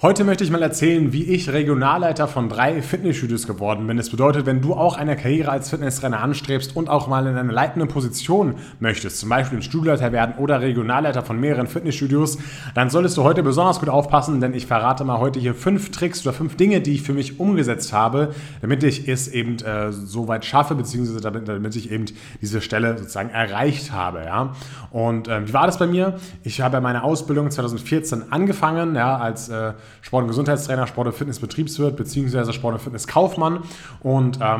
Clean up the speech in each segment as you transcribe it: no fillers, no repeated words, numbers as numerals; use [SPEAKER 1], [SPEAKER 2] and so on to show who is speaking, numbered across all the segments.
[SPEAKER 1] Heute möchte ich mal erzählen, wie ich Regionalleiter von 3 Fitnessstudios geworden bin. Das bedeutet, wenn du auch eine Karriere als Fitnesstrainer anstrebst und auch mal in eine leitende Position möchtest, zum Beispiel ein Studioleiter werden oder Regionalleiter von mehreren Fitnessstudios, dann solltest du heute besonders gut aufpassen, denn ich verrate mal heute hier 5 Tricks oder 5 Dinge, die ich für mich umgesetzt habe, damit ich es eben so weit schaffe, beziehungsweise damit ich eben diese Stelle sozusagen erreicht habe. Ja? Und wie war das bei mir? Ich habe meine Ausbildung 2014 angefangen, ja, als Sport- und Gesundheitstrainer, Sport- und Fitnessbetriebswirt bzw. Sport- und Fitnesskaufmann und da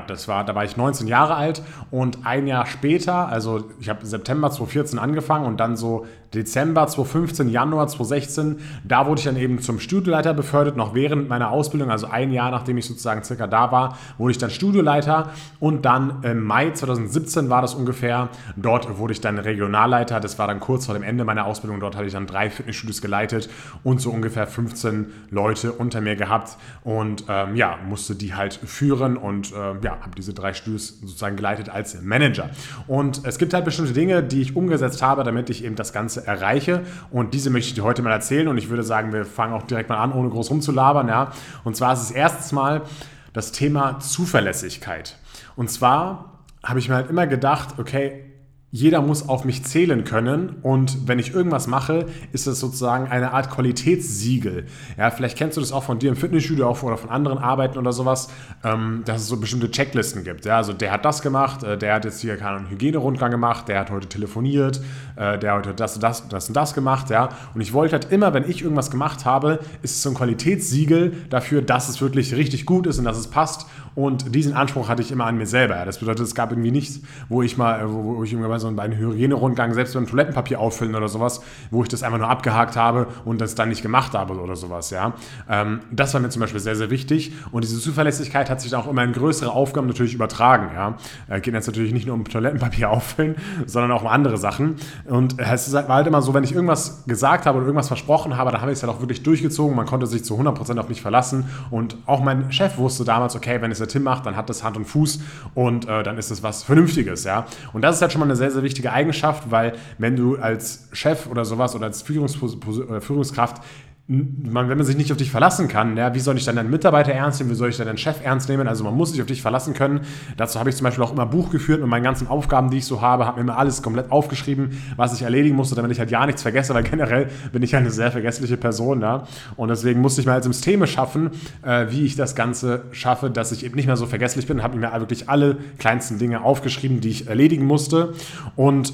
[SPEAKER 1] war ich 19 Jahre alt und ein Jahr später, also ich habe September 2014 angefangen und dann so Dezember 2015, Januar 2016, da wurde ich dann eben zum Studioleiter befördert, noch während meiner Ausbildung, also ein Jahr nachdem ich sozusagen circa da war, wurde ich dann Studioleiter und dann im Mai 2017 war das ungefähr, dort wurde ich dann Regionalleiter, das war dann kurz vor dem Ende meiner Ausbildung, dort hatte ich dann 3 Fitnessstudios geleitet und so ungefähr 15 Leute unter mir gehabt und musste die halt führen und habe diese 3 Studios sozusagen geleitet als Manager. Und es gibt halt bestimmte Dinge, die ich umgesetzt habe, damit ich eben das Ganze erreiche und diese möchte ich dir heute mal erzählen und ich würde sagen, wir fangen auch direkt mal an, ohne groß rumzulabern. Ja? Und zwar ist es erstens mal das Thema Zuverlässigkeit. Und zwar habe ich mir halt immer gedacht, okay, jeder muss auf mich zählen können und wenn ich irgendwas mache, ist das sozusagen eine Art Qualitätssiegel. Ja, vielleicht kennst du das auch von dir im Fitnessstudio oder von anderen Arbeiten oder sowas, dass es so bestimmte Checklisten gibt. Ja, also der hat das gemacht, der hat jetzt hier keinen Hygienerundgang gemacht, der hat heute telefoniert, der hat heute das und das gemacht. Ja, und ich wollte halt immer, wenn ich irgendwas gemacht habe, ist es so ein Qualitätssiegel dafür, dass es wirklich richtig gut ist und dass es passt. Und diesen Anspruch hatte ich immer an mir selber. Ja. Das bedeutet, es gab irgendwie nichts, wo ich irgendwann so bei einem Hygienerundgang selbst beim Toilettenpapier auffüllen oder sowas, wo ich das einfach nur abgehakt habe und das dann nicht gemacht habe oder sowas. Ja. Das war mir zum Beispiel sehr, sehr wichtig. Und diese Zuverlässigkeit hat sich dann auch immer in größere Aufgaben natürlich übertragen. Ja. Geht jetzt natürlich nicht nur um Toilettenpapier auffüllen, sondern auch um andere Sachen. Und es war halt immer so, wenn ich irgendwas gesagt habe oder irgendwas versprochen habe, dann habe ich es halt auch wirklich durchgezogen. Man konnte sich zu 100% auf mich verlassen. Und auch mein Chef wusste damals, okay, wenn es der Tim macht, dann hat das Hand und Fuß und dann ist es was Vernünftiges. Ja. Und das ist halt schon mal eine sehr, sehr wichtige Eigenschaft, weil wenn du als Chef oder sowas oder als Führungskraft wenn man sich nicht auf dich verlassen kann, ja, wie soll ich dann deinen Mitarbeiter ernst nehmen, wie soll ich dann deinen Chef ernst nehmen, also man muss sich auf dich verlassen können. Dazu habe ich zum Beispiel auch immer Buch geführt mit meinen ganzen Aufgaben, die ich so habe mir immer alles komplett aufgeschrieben, was ich erledigen musste, damit ich halt ja nichts vergesse, weil generell bin ich eine sehr vergessliche Person, ja, und deswegen musste ich mir halt Systeme schaffen, wie ich das Ganze schaffe, dass ich eben nicht mehr so vergesslich bin, habe mir wirklich alle kleinsten Dinge aufgeschrieben, die ich erledigen musste und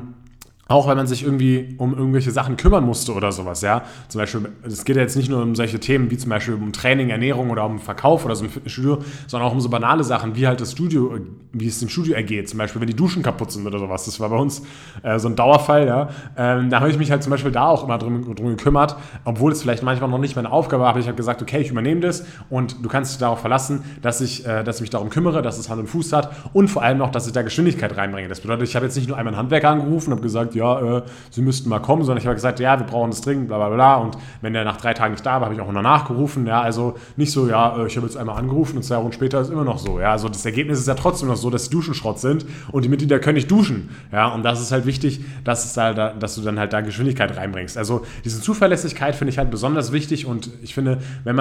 [SPEAKER 1] auch wenn man sich irgendwie um irgendwelche Sachen kümmern musste oder sowas, ja. Zum Beispiel, es geht ja jetzt nicht nur um solche Themen wie zum Beispiel um Training, Ernährung oder um Verkauf oder so im Fitnessstudio, sondern auch um so banale Sachen, wie halt wie es dem Studio ergeht. Zum Beispiel, wenn die Duschen kaputt sind oder sowas. Das war bei uns so ein Dauerfall, ja. Da habe ich mich halt zum Beispiel da auch immer drum gekümmert, obwohl es vielleicht manchmal noch nicht meine Aufgabe war, aber ich habe gesagt, okay, ich übernehme das und du kannst dich darauf verlassen, dass ich mich darum kümmere, dass es Hand und Fuß hat und vor allem noch, dass ich da Geschwindigkeit reinbringe. Das bedeutet, ich habe jetzt nicht nur einmal einen Handwerker angerufen und habe gesagt, sie müssten mal kommen, sondern ich habe gesagt, ja, wir brauchen das dringend, bla bla bla. Und wenn der nach 3 Tagen nicht da war, habe ich auch noch nachgerufen. Ja, also nicht so, ich habe jetzt einmal angerufen und 2 Wochen später ist immer noch so. Ja, also das Ergebnis ist ja trotzdem noch so, dass die Duschen Schrott sind und die Mitglieder können nicht duschen. Ja, und das ist halt wichtig, dass du dann halt da Geschwindigkeit reinbringst. Also diese Zuverlässigkeit finde ich halt besonders wichtig und ich finde,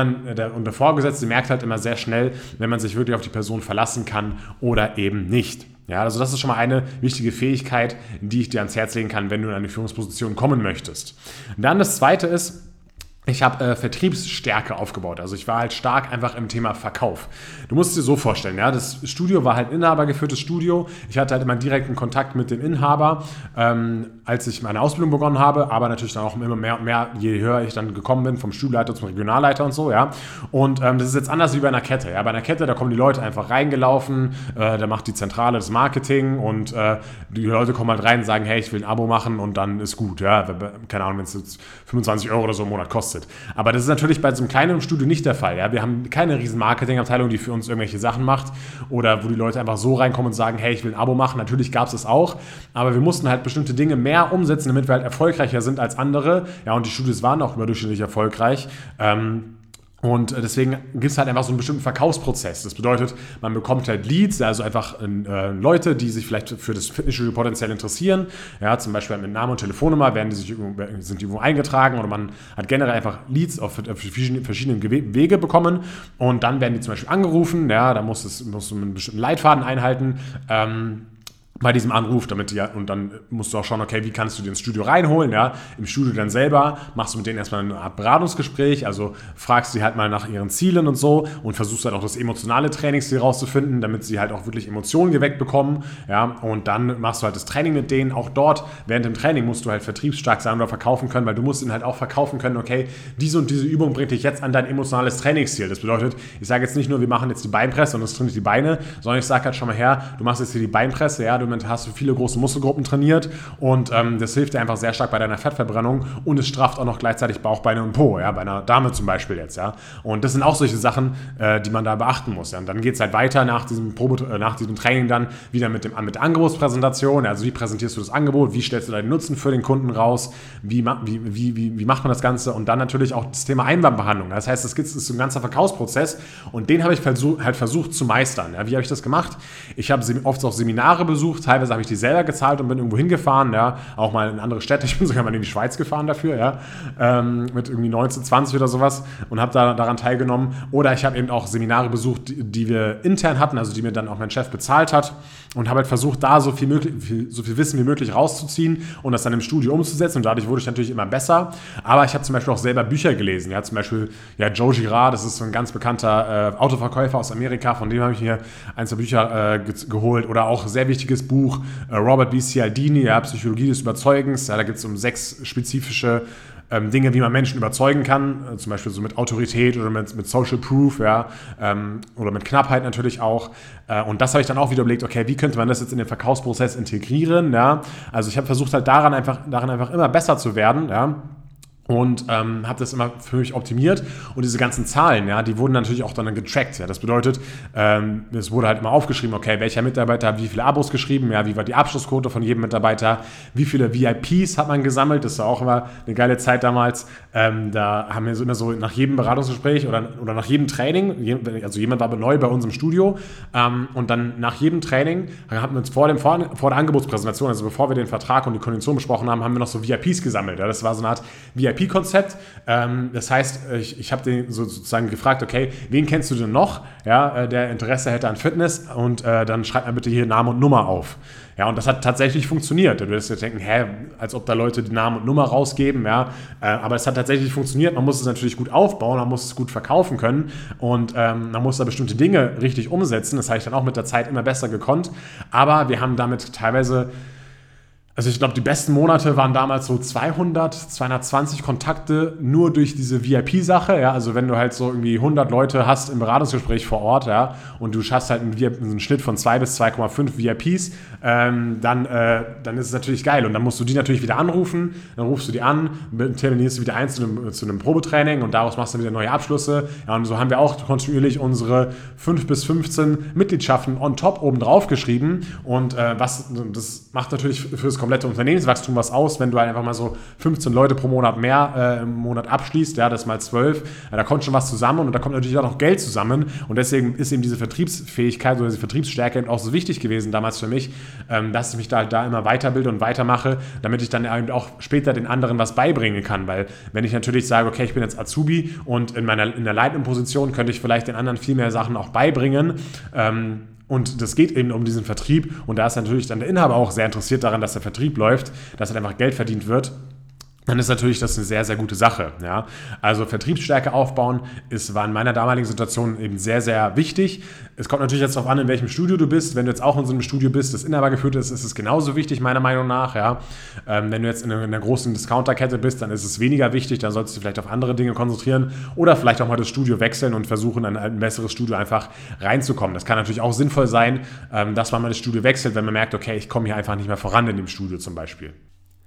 [SPEAKER 1] der Vorgesetzte merkt halt immer sehr schnell, wenn man sich wirklich auf die Person verlassen kann oder eben nicht. Ja, also das ist schon mal eine wichtige Fähigkeit, die ich dir ans Herz legen kann, wenn du in eine Führungsposition kommen möchtest. Dann das Zweite ist, ich habe Vertriebsstärke aufgebaut. Also ich war halt stark einfach im Thema Verkauf. Du musst es dir so vorstellen, ja, das Studio war halt ein inhabergeführtes Studio. Ich hatte halt immer direkten Kontakt mit dem Inhaber, als ich meine Ausbildung begonnen habe, aber natürlich dann auch immer mehr und mehr, je höher ich dann gekommen bin, vom Studioleiter zum Regionalleiter und so, ja. Und das ist jetzt anders wie bei einer Kette. Ja, bei einer Kette, da kommen die Leute einfach reingelaufen, da macht die Zentrale das Marketing und die Leute kommen halt rein und sagen, hey, ich will ein Abo machen und dann ist gut, ja. Keine Ahnung, wenn es jetzt 25 € oder so im Monat kostet. Aber das ist natürlich bei so einem kleinen Studio nicht der Fall. Ja? Wir haben keine riesen Marketingabteilung, die für uns irgendwelche Sachen macht oder wo die Leute einfach so reinkommen und sagen, hey, ich will ein Abo machen. Natürlich gab es das auch, aber wir mussten halt bestimmte Dinge mehr umsetzen, damit wir halt erfolgreicher sind als andere. Ja, und die Studios waren auch überdurchschnittlich erfolgreich. Und deswegen gibt es halt einfach so einen bestimmten Verkaufsprozess. Das bedeutet, man bekommt halt Leads, also einfach Leute, die sich vielleicht für das Fitnessstudio potenziell interessieren. Ja, zum Beispiel mit Namen und Telefonnummer sind die irgendwo eingetragen, oder man hat generell einfach Leads auf verschiedenen Wege bekommen, und dann werden die zum Beispiel angerufen. Ja, da musst du einen bestimmten Leitfaden einhalten. Bei diesem Anruf, und dann musst du auch schauen, okay, wie kannst du dir ins Studio reinholen, ja, im Studio dann selber machst du mit denen erstmal eine Art Beratungsgespräch, also fragst sie halt mal nach ihren Zielen und so und versuchst halt auch das emotionale Trainingsziel rauszufinden, damit sie halt auch wirklich Emotionen geweckt bekommen, ja, und dann machst du halt das Training mit denen. Auch dort, während dem Training musst du halt vertriebsstark sein oder verkaufen können, weil du musst ihnen halt auch verkaufen können, okay, diese und diese Übung bringt dich jetzt an dein emotionales Trainingsziel. Das bedeutet, ich sage jetzt nicht nur, wir machen jetzt die Beinpresse und das trainiert die Beine, sondern ich sage halt schon mal her, du machst jetzt hier die Beinpresse, ja, du hast du viele große Muskelgruppen trainiert, und das hilft dir einfach sehr stark bei deiner Fettverbrennung, und es strafft auch noch gleichzeitig Bauch, Beine und Po, ja, bei einer Dame zum Beispiel jetzt, ja. Und das sind auch solche Sachen, die man da beachten muss, ja. Und dann geht es halt weiter nach diesem Training dann wieder mit der Angebotspräsentation, also wie präsentierst du das Angebot, wie stellst du deinen Nutzen für den Kunden raus, wie macht man das Ganze, und dann natürlich auch das Thema Einwandbehandlung. Das heißt, das ist so ein ganzer Verkaufsprozess, und den habe ich halt versucht zu meistern. Ja. Wie habe ich das gemacht? Ich habe oft auch Seminare besucht, teilweise habe ich die selber gezahlt und bin irgendwo hingefahren, ja, auch mal in andere Städte. Ich bin sogar mal in die Schweiz gefahren dafür, ja, mit irgendwie 19, 20 oder sowas, und habe daran teilgenommen. Oder ich habe eben auch Seminare besucht, die wir intern hatten, also die mir dann auch mein Chef bezahlt hat, und habe halt versucht, da so viel Wissen wie möglich rauszuziehen und das dann im Studio umzusetzen, und dadurch wurde ich natürlich immer besser. Aber ich habe zum Beispiel auch selber Bücher gelesen, ja, zum Beispiel Joe Girard, das ist so ein ganz bekannter Autoverkäufer aus Amerika, von dem habe ich mir ein, zwei Bücher geholt, oder auch sehr wichtiges Buch, Robert B. Cialdini, ja, Psychologie des Überzeugens, ja, da geht es um 6 spezifische Dinge, wie man Menschen überzeugen kann, zum Beispiel so mit Autorität oder mit Social Proof, ja, oder mit Knappheit natürlich auch. Und das habe ich dann auch wieder überlegt, okay, wie könnte man das jetzt in den Verkaufsprozess integrieren, ja. Also ich habe versucht halt daran einfach immer besser zu werden, ja. Und habe das immer für mich optimiert, und diese ganzen Zahlen, ja, die wurden natürlich auch dann getrackt. Ja. Das bedeutet, es wurde halt immer aufgeschrieben, okay, welcher Mitarbeiter hat wie viele Abos geschrieben, ja, wie war die Abschlussquote von jedem Mitarbeiter, wie viele VIPs hat man gesammelt, das war auch immer eine geile Zeit damals. Da haben wir immer so nach jedem Beratungsgespräch oder nach jedem Training, also jemand war neu bei uns im Studio, und dann nach jedem Training haben wir uns vor der Angebotspräsentation, also bevor wir den Vertrag und die Kondition besprochen haben, haben wir noch so VIPs gesammelt. Ja. Das war so eine Art VIP-Konzept. Das heißt, ich habe den sozusagen gefragt, okay, wen kennst du denn noch, ja, der Interesse hätte an Fitness, und dann schreib mal bitte hier Name und Nummer auf. Ja, und das hat tatsächlich funktioniert. Du wirst jetzt denken, als ob da Leute die Namen und Nummer rausgeben, ja, aber es hat tatsächlich funktioniert. Man muss es natürlich gut aufbauen, man muss es gut verkaufen können, und man muss da bestimmte Dinge richtig umsetzen. Das habe ich dann auch mit der Zeit immer besser gekonnt, aber wir haben damit teilweise, also ich glaube, die besten Monate waren damals so 220 Kontakte nur durch diese VIP-Sache, ja, also wenn du halt so irgendwie 100 Leute hast im Beratungsgespräch vor Ort, ja, und du schaffst halt einen Schnitt von 2 bis 2,5 VIPs, dann ist es natürlich geil, und dann musst du die natürlich wieder anrufen, dann rufst du die an, terminierst du wieder ein zu einem Probetraining, und daraus machst du wieder neue Abschlüsse, ja, und so haben wir auch kontinuierlich unsere 5 bis 15 Mitgliedschaften on top oben drauf geschrieben, und das macht natürlich für das komplette Unternehmenswachstum was aus, wenn du halt einfach mal so 15 Leute pro Monat mehr im Monat abschließt, ja, das mal 12, ja, da kommt schon was zusammen, und da kommt natürlich auch noch Geld zusammen, und deswegen ist eben diese Vertriebsfähigkeit oder diese Vertriebsstärke eben auch so wichtig gewesen damals für mich, dass ich mich da immer weiterbilde und weitermache, damit ich dann eben auch später den anderen was beibringen kann, weil wenn ich natürlich sage, okay, ich bin jetzt Azubi und in der leitenden Position könnte ich vielleicht den anderen viel mehr Sachen auch beibringen, und das geht eben um diesen Vertrieb, und da ist natürlich dann der Inhaber auch sehr interessiert daran, dass der Vertrieb läuft, dass halt einfach Geld verdient wird. Dann ist natürlich das eine sehr, sehr gute Sache. Ja? Also Vertriebsstärke aufbauen war in meiner damaligen Situation eben sehr, sehr wichtig. Es kommt natürlich jetzt darauf an, in welchem Studio du bist. Wenn du jetzt auch in so einem Studio bist, das inhabergeführt ist, ist es genauso wichtig, meiner Meinung nach. Ja? Wenn du jetzt in einer großen Discounterkette bist, dann ist es weniger wichtig. Dann solltest du vielleicht auf andere Dinge konzentrieren oder vielleicht auch mal das Studio wechseln und versuchen, in ein besseres Studio einfach reinzukommen. Das kann natürlich auch sinnvoll sein, dass man mal das Studio wechselt, wenn man merkt, okay, ich komme hier einfach nicht mehr voran in dem Studio zum Beispiel.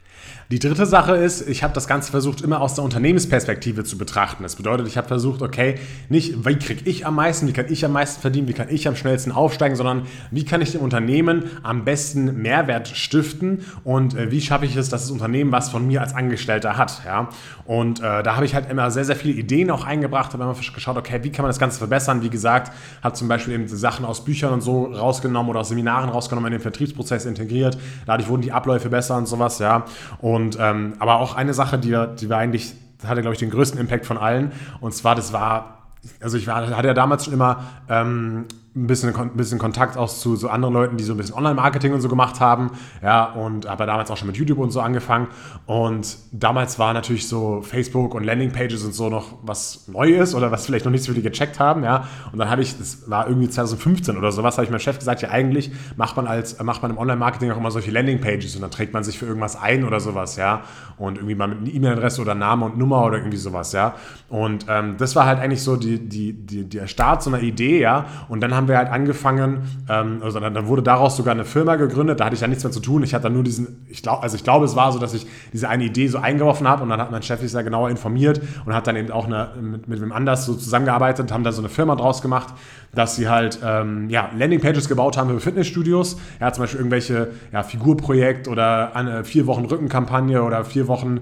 [SPEAKER 1] Die dritte Sache ist, ich habe das Ganze versucht, immer aus der Unternehmensperspektive zu betrachten. Das bedeutet, ich habe versucht, okay, nicht, wie kriege ich am meisten, wie kann ich am meisten verdienen, wie kann ich am schnellsten aufsteigen, sondern wie kann ich dem Unternehmen am besten Mehrwert stiften und wie schaffe ich es, dass das Unternehmen was von mir als Angestellter hat. Ja? Und da habe ich halt immer sehr, sehr viele Ideen auch eingebracht, habe immer geschaut, okay, wie kann man das Ganze verbessern. Wie gesagt, habe zum Beispiel eben Sachen aus Büchern und so rausgenommen oder aus Seminaren rausgenommen, in den Vertriebsprozess integriert. Dadurch wurden die Abläufe besser und sowas, ja. Und aber auch eine Sache, die war eigentlich, hatte, glaube ich, den größten Impact von allen. Und zwar, hatte ja damals schon immer ein bisschen Kontakt auch zu so anderen Leuten, die so ein bisschen Online-Marketing und so gemacht haben. Ja, und habe ja damals auch schon mit YouTube und so angefangen. Und damals war natürlich so Facebook und Landingpages und so noch was Neues oder was vielleicht noch nicht so viele gecheckt haben. Ja, und dann das war irgendwie 2015 oder sowas, habe ich meinem Chef gesagt, ja eigentlich macht man im Online-Marketing auch immer solche Landingpages und dann trägt man sich für irgendwas ein oder sowas, ja. Und irgendwie mal mit einer E-Mail-Adresse oder Name und Nummer oder irgendwie sowas, ja. Und das war halt eigentlich so der Start so einer Idee, ja. Und dann haben wir halt angefangen, also dann wurde daraus sogar eine Firma gegründet, da hatte ich ja nichts mehr zu tun. Ich hatte dann nur ich glaube, es war so, dass ich diese eine Idee so eingeworfen habe und dann hat mein Chef sich da genauer informiert und hat dann eben auch mit wem anders so zusammengearbeitet, haben da so eine Firma draus gemacht, dass sie halt Landingpages gebaut haben für Fitnessstudios, ja, zum Beispiel irgendwelche Figurprojekt oder eine 4 Wochen Rückenkampagne oder 4 Wochen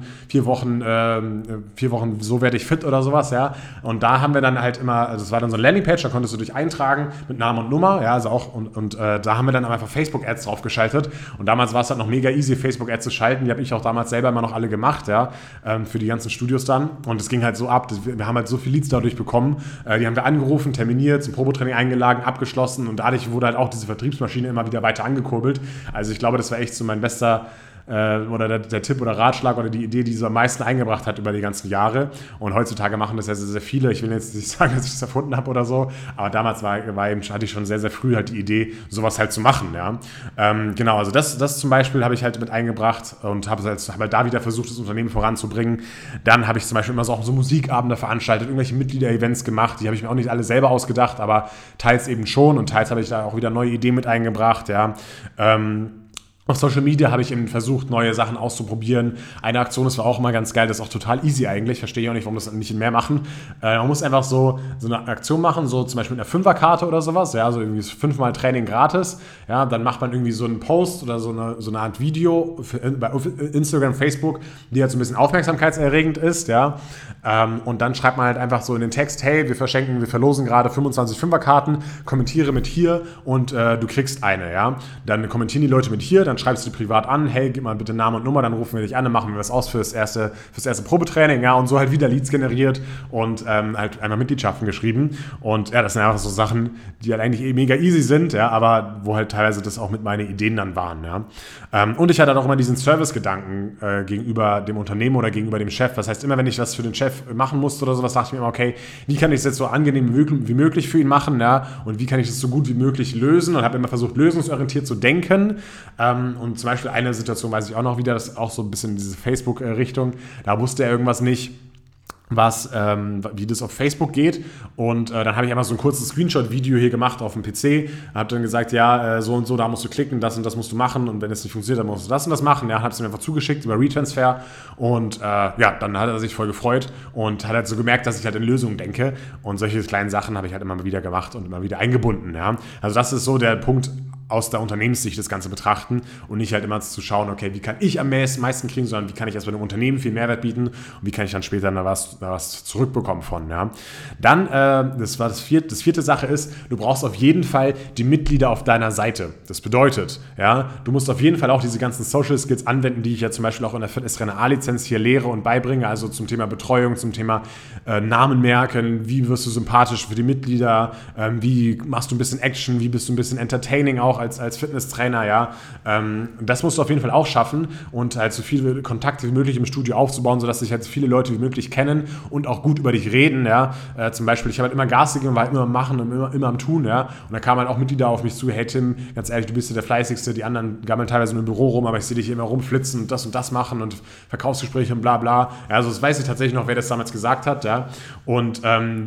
[SPEAKER 1] so werde ich fit oder sowas, ja. Und da haben wir dann halt immer, also es war dann so eine Landingpage, da konntest du dich eintragen mit Namen und Nummer, ja, also auch und da haben wir dann einfach Facebook-Ads drauf geschaltet und damals war es halt noch mega easy, Facebook-Ads zu schalten, die habe ich auch damals selber immer noch alle gemacht, ja, für die ganzen Studios dann und es ging halt so ab, wir haben halt so viele Leads dadurch bekommen, die haben wir angerufen, terminiert, zum Probetraining eingeladen, abgeschlossen und dadurch wurde halt auch diese Vertriebsmaschine immer wieder weiter angekurbelt, also ich glaube, das war echt so mein bester oder der Tipp oder Ratschlag oder die Idee, die so am meisten eingebracht hat über die ganzen Jahre. Und heutzutage machen das ja sehr, sehr viele. Ich will jetzt nicht sagen, dass ich das erfunden habe oder so, aber damals hatte ich schon sehr, sehr früh halt die Idee, sowas halt zu machen. Ja? Genau, also das zum Beispiel habe ich halt mit eingebracht und habe halt da wieder versucht, das Unternehmen voranzubringen. Dann habe ich zum Beispiel immer so Musikabende veranstaltet, irgendwelche Mitglieder-Events gemacht. Die habe ich mir auch nicht alle selber ausgedacht, aber teils eben schon und teils habe ich da auch wieder neue Ideen mit eingebracht. Ja? Auf Social Media habe ich eben versucht, neue Sachen auszuprobieren. Eine Aktion, das war auch immer ganz geil, das ist auch total easy eigentlich. Verstehe ich auch nicht, warum das nicht mehr machen. Man muss einfach so eine Aktion machen, so zum Beispiel mit einer Fünferkarte oder sowas, ja, so irgendwie 5-mal Training gratis. Ja, dann macht man irgendwie so einen Post oder so eine Art Video bei Instagram, Facebook, die halt so ein bisschen aufmerksamkeitserregend ist, ja. Und dann schreibt man halt einfach so in den Text, hey, wir verlosen gerade 25 Fünferkarten, kommentiere mit hier und du kriegst eine, ja. Dann kommentieren die Leute mit hier, dann schreibst du die privat an, hey, gib mal bitte Namen und Nummer, dann rufen wir dich an, dann machen wir was aus fürs erste Probetraining, ja, und so halt wieder Leads generiert und halt einmal Mitgliedschaften geschrieben und ja, das sind einfach so Sachen, die halt eigentlich mega easy sind, ja, aber wo halt teilweise das auch mit meinen Ideen dann waren, ja. Und ich hatte dann auch immer diesen Service-Gedanken gegenüber dem Unternehmen oder gegenüber dem Chef, das heißt, immer wenn ich was für den Chef machen musste oder sowas, dachte ich mir immer, okay, wie kann ich es jetzt so angenehm wie möglich für ihn machen, ja, und wie kann ich es so gut wie möglich lösen und habe immer versucht, lösungsorientiert zu denken. Und zum Beispiel eine Situation weiß ich auch noch wieder, das ist auch so ein bisschen in diese Facebook-Richtung, da wusste er irgendwas nicht, wie das auf Facebook geht und dann habe ich einfach so ein kurzes Screenshot-Video hier gemacht auf dem PC, habe dann gesagt, ja, so und so, da musst du klicken, das und das musst du machen und wenn es nicht funktioniert, dann musst du das und das machen, ja, habe es ihm einfach zugeschickt über Retransfer und dann hat er sich voll gefreut und hat halt so gemerkt, dass ich halt in Lösungen denke und solche kleinen Sachen habe ich halt immer wieder gemacht und immer wieder eingebunden, ja, also das ist so der Punkt, aus der Unternehmenssicht das Ganze betrachten und nicht halt immer zu schauen, okay, wie kann ich am meisten kriegen, sondern wie kann ich erst bei dem Unternehmen viel Mehrwert bieten und wie kann ich dann später da was zurückbekommen von. Ja. Dann, das vierte Sache ist, du brauchst auf jeden Fall die Mitglieder auf deiner Seite. Das bedeutet, ja, du musst auf jeden Fall auch diese ganzen Social Skills anwenden, die ich ja zum Beispiel auch in der Fitnesstrainer A-Lizenz hier lehre und beibringe, also zum Thema Betreuung, zum Thema Namen merken, wie wirst du sympathisch für die Mitglieder, wie machst du ein bisschen Action, wie bist du ein bisschen entertaining auch als Fitnesstrainer, ja. Das musst du auf jeden Fall auch schaffen und halt so viele Kontakte wie möglich im Studio aufzubauen, sodass sich halt so viele Leute wie möglich kennen und auch gut über dich reden, ja. Zum Beispiel, ich habe halt immer Gas gegeben, war halt immer am Machen und immer am Tun, ja. Und da kamen halt auch Mitglieder auf mich zu, hey Tim, ganz ehrlich, du bist ja der Fleißigste, die anderen gammeln teilweise im Büro rum, aber ich sehe dich hier immer rumflitzen und das machen und Verkaufsgespräche und bla bla. Ja, also das weiß ich tatsächlich noch, wer das damals gesagt hat, ja. Und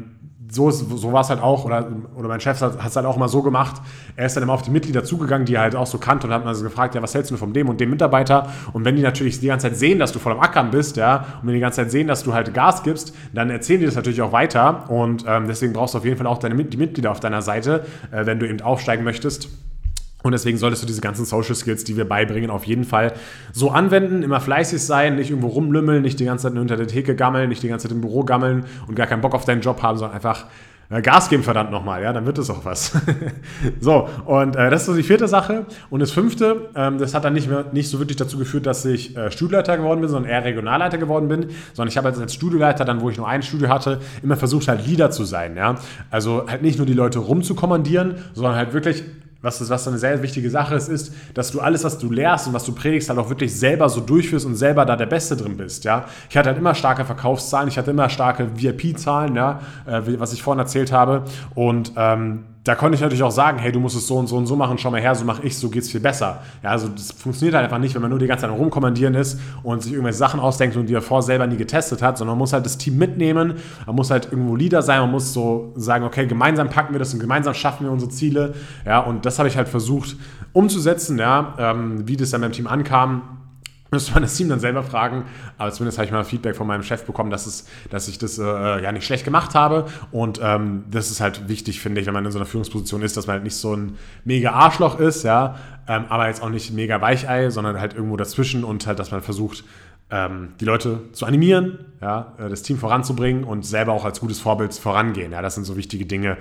[SPEAKER 1] so war es halt auch, oder mein Chef hat es halt auch immer so gemacht, er ist dann immer auf die Mitglieder zugegangen, die er halt auch so kannte und hat mal so gefragt, ja, was hältst du von dem und dem Mitarbeiter? Und wenn die natürlich die ganze Zeit sehen, dass du voll am Ackern bist, ja, und wenn die ganze Zeit sehen, dass du halt Gas gibst, dann erzählen die das natürlich auch weiter und deswegen brauchst du auf jeden Fall auch die Mitglieder auf deiner Seite, wenn du eben aufsteigen möchtest. Und deswegen solltest du diese ganzen Social Skills, die wir beibringen, auf jeden Fall so anwenden, immer fleißig sein, nicht irgendwo rumlümmeln, nicht die ganze Zeit unter der Theke gammeln, nicht die ganze Zeit im Büro gammeln und gar keinen Bock auf deinen Job haben, sondern einfach Gas geben, verdammt nochmal, ja, dann wird es auch was. So, und das ist so die 4. Sache. Und das 5., das hat dann nicht so wirklich dazu geführt, dass ich Studioleiter geworden bin, sondern eher Regionalleiter geworden bin, sondern ich habe als Studioleiter, dann wo ich nur ein Studio hatte, immer versucht halt Leader zu sein, ja. Also halt nicht nur die Leute rumzukommandieren, sondern halt wirklich was eine sehr wichtige Sache ist, dass du alles, was du lehrst und was du predigst, halt auch wirklich selber so durchführst und selber da der Beste drin bist. Ja? Ich hatte halt immer starke Verkaufszahlen, ich hatte immer starke VIP-Zahlen, ja? Was ich vorhin erzählt habe. Und da konnte ich natürlich auch sagen, hey, du musst es so und so und so machen, schau mal her, so mache ich, so geht's viel besser. Ja, also das funktioniert halt einfach nicht, wenn man nur die ganze Zeit rumkommandieren ist und sich irgendwelche Sachen ausdenkt und die davor selber nie getestet hat, sondern man muss halt das Team mitnehmen, man muss halt irgendwo Leader sein, man muss so sagen, okay, gemeinsam packen wir das und gemeinsam schaffen wir unsere Ziele. Ja, und das habe ich halt versucht umzusetzen, ja, wie das dann beim Team ankam. Müsste man das Team dann selber fragen, aber zumindest habe ich mal Feedback von meinem Chef bekommen, dass ich das nicht schlecht gemacht habe und das ist halt wichtig, finde ich, wenn man in so einer Führungsposition ist, dass man halt nicht so ein mega Arschloch ist, ja, aber jetzt auch nicht mega Weichei, sondern halt irgendwo dazwischen und halt, dass man versucht, die Leute zu animieren, ja, das Team voranzubringen und selber auch als gutes Vorbild vorangehen, ja, das sind so wichtige Dinge,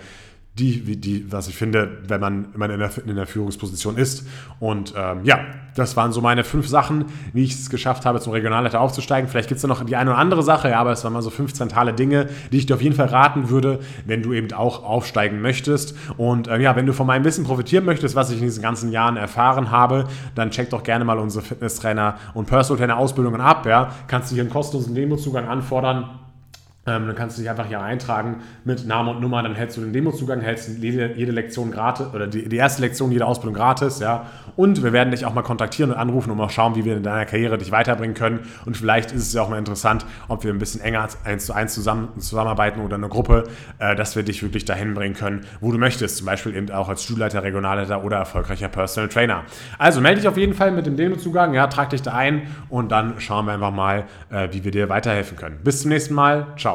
[SPEAKER 1] was ich finde, wenn man in der Führungsposition ist. Und das waren so meine 5 Sachen, wie ich es geschafft habe, zum Regionalleiter aufzusteigen. Vielleicht gibt es da noch die eine oder andere Sache, ja, aber es waren mal so 5 zentrale Dinge, die ich dir auf jeden Fall raten würde, wenn du eben auch aufsteigen möchtest. Und wenn du von meinem Wissen profitieren möchtest, was ich in diesen ganzen Jahren erfahren habe, dann check doch gerne mal unsere Fitnesstrainer- und Personal Trainer-Ausbildungen ab. Ja. Kannst du hier einen kostenlosen Demozugang anfordern. Dann kannst du dich einfach hier eintragen mit Name und Nummer, dann hältst du den Demozugang, hältst jede Lektion gratis oder die erste Lektion jeder Ausbildung gratis, ja. Und wir werden dich auch mal kontaktieren und anrufen und mal schauen, wie wir in deiner Karriere dich weiterbringen können. Und vielleicht ist es ja auch mal interessant, ob wir ein bisschen enger 1:1 zusammenarbeiten oder eine Gruppe, dass wir dich wirklich dahin bringen können, wo du möchtest. Zum Beispiel eben auch als Studioleiter, Regionalleiter oder erfolgreicher Personal Trainer. Also melde dich auf jeden Fall mit dem Demozugang, ja, trag dich da ein und dann schauen wir einfach mal, wie wir dir weiterhelfen können. Bis zum nächsten Mal. Ciao.